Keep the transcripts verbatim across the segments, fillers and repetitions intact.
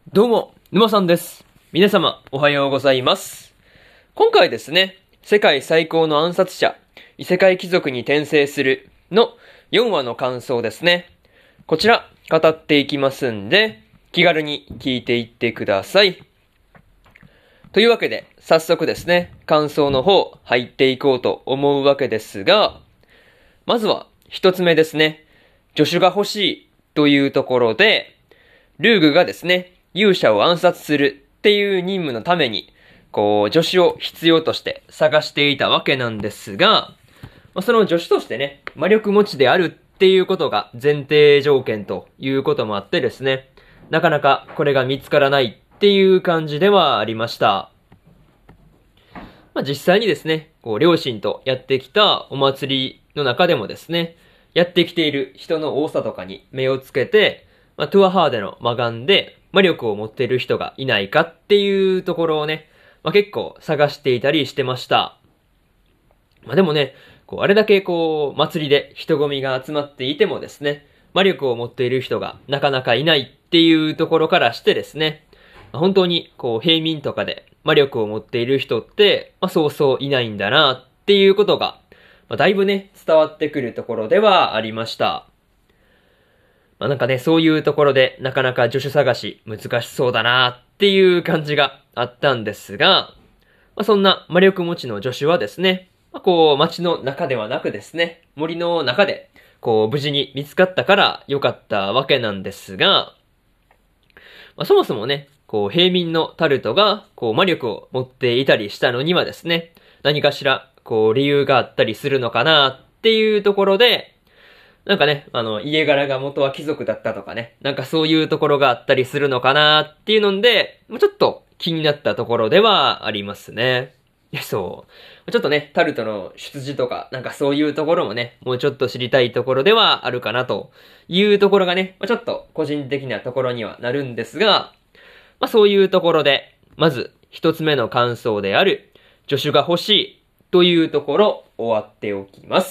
どうも、沼さんです。皆様、おはようございます。今回ですね、世界最高の暗殺者、異世界貴族に転生するのよんわの感想ですね。こちら、語っていきますんで、気軽に聞いていってください。というわけで、早速ですね、感想の方、入っていこうと思うわけですが、まずは、一つ目ですね、助手が欲しいというところで、ルーグがですね、勇者を暗殺するっていう任務のために、こう、助手を必要として探していたわけなんですが、その助手としてね、魔力持ちであるっていうことが前提条件ということもあってですね、なかなかこれが見つからないっていう感じではありました。まあ、実際にですね、こう、両親とやってきたお祭りの中でもですね、やってきている人の多さとかに目をつけて、まあ、トゥアハーデの魔眼で魔力を持っている人がいないかっていうところをね、まあ、結構探していたりしてました。まあ、でもね、こう、あれだけこう、祭りで人混みが集まっていてもですね、魔力を持っている人がなかなかいないっていうところからしてですね、まあ、本当にこう、平民とかで魔力を持っている人って、まあ、そうそういないんだなっていうことが、まあ、だいぶね、伝わってくるところではありました。まあ、なんかね、そういうところでなかなか助手探し難しそうだなっていう感じがあったんですが、まあ、そんな魔力持ちの助手はですね、まあ、こう街の中ではなくですね、森の中でこう無事に見つかったから良かったわけなんですが、まあ、そもそもね、こう平民のタルトがこう魔力を持っていたりしたのにはですね、何かしらこう理由があったりするのかなっていうところで、なんかね、あの、家柄が元は貴族だったとかね、なんかそういうところがあったりするのかなっていうので、もうちょっと気になったところではありますね。いや、そう。ちょっとね、タルトの出自とか、なんかそういうところもね、もうちょっと知りたいところではあるかなというところがね、ちょっと個人的なところにはなるんですが、まあそういうところで、まず一つ目の感想である、助手が欲しいというところ終わっておきます。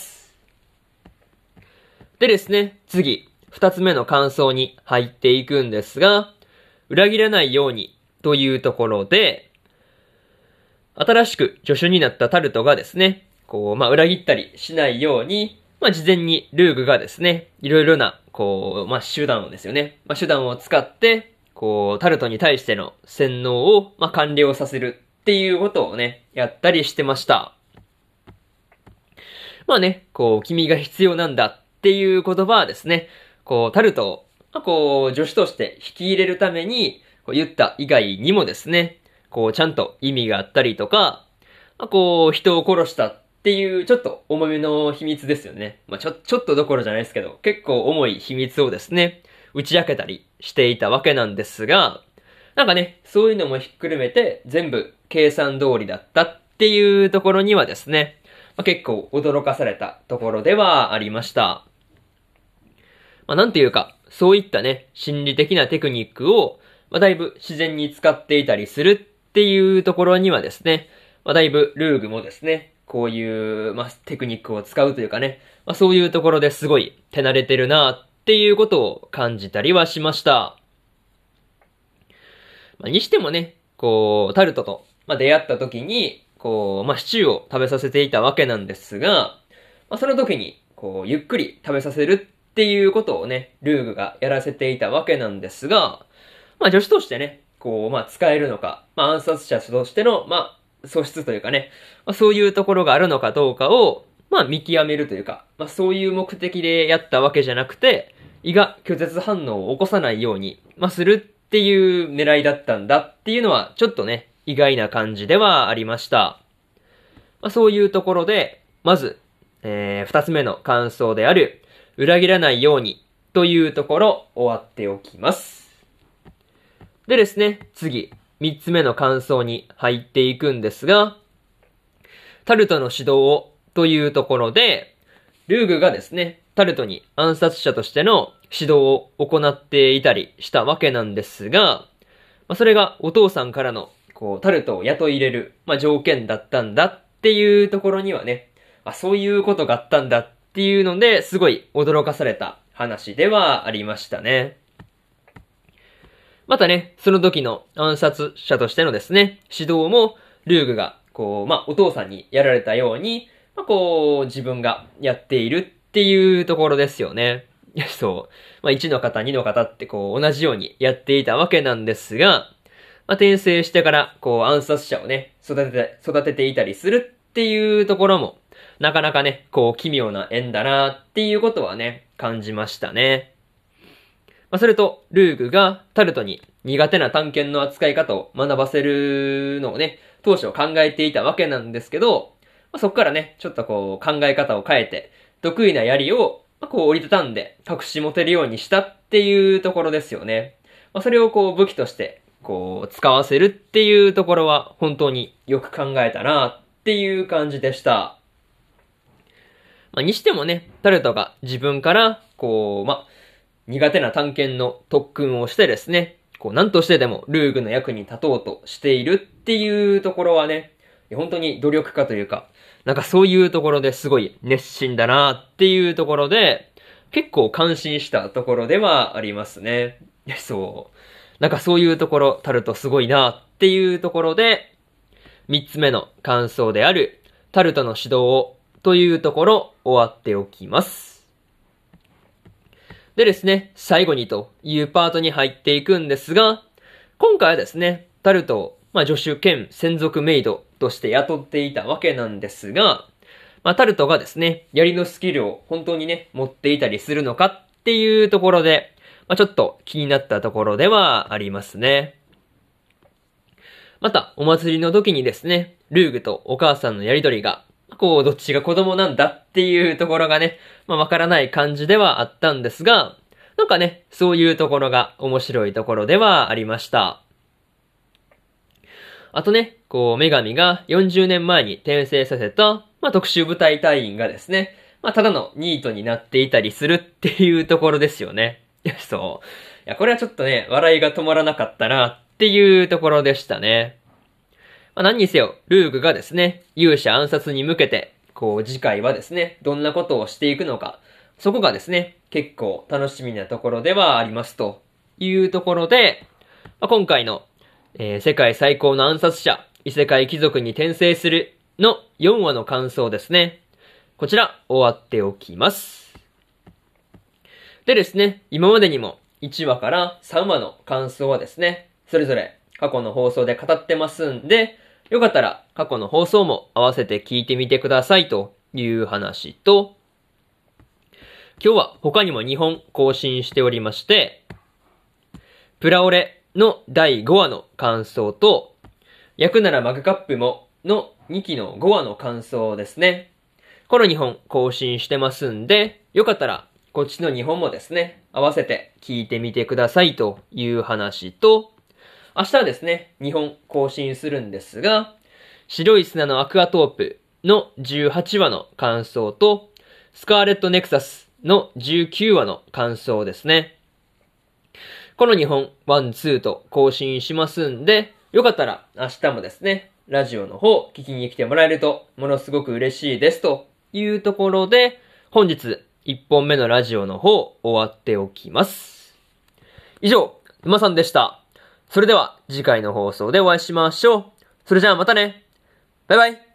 でですね、次、二つ目の感想に入っていくんですが、裏切らないようにというところで、新しく助手になったタルトがですね、こう、まあ、裏切ったりしないように、まあ、事前にルーグがですね、いろいろな、こう、まあ、手段をですよね、まあ、手段を使って、こう、タルトに対しての洗脳を、まあ、完了させるっていうことをね、やったりしてました。まあね、こう、君が必要なんだっていう言葉はですね、こう、タルトを、まあ、こう、助手として引き入れるために、こう言った以外にもですね、こう、ちゃんと意味があったりとか、まあ、こう、人を殺したっていう、ちょっと重めの秘密ですよね。まあ、ちょ、ちょっとどころじゃないですけど、結構重い秘密をですね、打ち明けたりしていたわけなんですが、なんかね、そういうのもひっくるめて、全部計算通りだったっていうところにはですね、まあ、結構驚かされたところではありました。まあ、なんていうか、そういったね、心理的なテクニックを、まあ、だいぶ自然に使っていたりするっていうところにはですね、まあ、だいぶルーグもですね、こういう、まあ、テクニックを使うというかね、まあ、そういうところですごい手慣れてるなっていうことを感じたりはしました。まあ、にしてもね、こう、タルトと、まあ、出会った時に、こう、まあ、シチューを食べさせていたわけなんですが、まあ、その時に、こう、ゆっくり食べさせるっていうことをね、ルーグがやらせていたわけなんですが、まあ、助手としてね、こう、まあ、使えるのか、まあ、暗殺者としての、まあ、素質というかね、まあ、そういうところがあるのかどうかを、まあ、見極めるというか、まあ、そういう目的でやったわけじゃなくて、胃が拒絶反応を起こさないように、まあ、するっていう狙いだったんだっていうのは、ちょっとね、意外な感じではありました。まあ、そういうところで、まず、えー、二つ目の感想である、裏切らないようにというところ終わっておきます。でですね、次、三つ目の感想に入っていくんですが、タルトの指導をというところで、ルーグがですね、タルトに暗殺者としての指導を行っていたりしたわけなんですが、まあ、それがお父さんからの、こう、タルトを雇い入れる、まあ、条件だったんだっていうところにはね、あ、そういうことがあったんだっていうので、すごい驚かされた話ではありましたね。 またね、その時の暗殺者としてのですね、指導も、ルーグが、こう、まあ、お父さんにやられたように、まあ、こう、自分がやっているっていうところですよね。そう。まあ、いちの方、にの方ってこう、同じようにやっていたわけなんですが、まあ、転生してから、こう、暗殺者をね、育てて、育てていたりするっていうところも、なかなかね、こう、奇妙な縁だなっていうことはね、感じましたね。まあ、それと、ルーグがタルトに苦手な探検の扱い方を学ばせるのをね、当初考えていたわけなんですけど、まあ、そこからね、ちょっとこう、考え方を変えて、得意な槍を、まあ、こう折りたたんで隠し持てるようにしたっていうところですよね。まあ、それをこう武器として、こう、使わせるっていうところは本当によく考えたなっていう感じでした。まあ、にしてもね、タルトが自分から、こう、まあ、苦手な探検の特訓をしてですね、こう、何としてでもルーグの役に立とうとしているっていうところはね、本当に努力家というか、なんかそういうところですごい熱心だなっていうところで、結構感心したところではありますね。そう。なんかそういうところ、タルトすごいなっていうところで、三つ目の感想である、タルトの指導をというところ終わっておきます。でですね、最後にというパートに入っていくんですが、今回はですね、タルトを、まあ、助手兼専属メイドとして雇っていたわけなんですが、まあ、タルトがですね、槍のスキルを本当にね、持っていたりするのかっていうところで、まあ、ちょっと気になったところではありますね。また、お祭りの時にですね、ルーグとお母さんのやりとりが、こう、どっちが子供なんだっていうところがね、まあ、わからない感じではあったんですが、なんかね、そういうところが面白いところではありました。あとね、こう、女神がよんじゅうねんまえに転生させた、まあ、特殊部隊隊員がですね、まあ、ただのニートになっていたりするっていうところですよね。いや、そう。いや、これはちょっとね、笑いが止まらなかったなっていうところでしたね。まあ、何にせよ、ルーグがですね、勇者暗殺に向けて、こう、次回はですね、どんなことをしていくのか、そこがですね、結構楽しみなところではありますというところで、まあ、今回の、えー、世界最高の暗殺者、異世界貴族に転生するのよんわの感想ですね。こちら、終わっておきます。でですね、今までにもいちわからさんわの感想はですね、それぞれ過去の放送で語ってますんで、よかったら過去の放送も合わせて聞いてみてくださいという話と、今日は他にもにほん更新しておりまして、プラオレのだいごわの感想と、焼くならマグカップものにきのごわの感想ですね。このにほん更新してますんで、よかったらこっちのにほんもですね、合わせて聞いてみてくださいという話と、明日はですね、にほん更新するんですが、白い砂のアクアトープのじゅうはちわの感想と、スカーレットネクサスのじゅうきゅうわの感想ですね。このにほん、ワン、ツーと更新しますんで、よかったら明日もですね、ラジオの方聞きに来てもらえるとものすごく嬉しいですというところで、本日いっぽんめのラジオの方終わっておきます。以上、沼さんでした。それでは次回の放送でお会いしましょう。それじゃあまたね。バイバイ。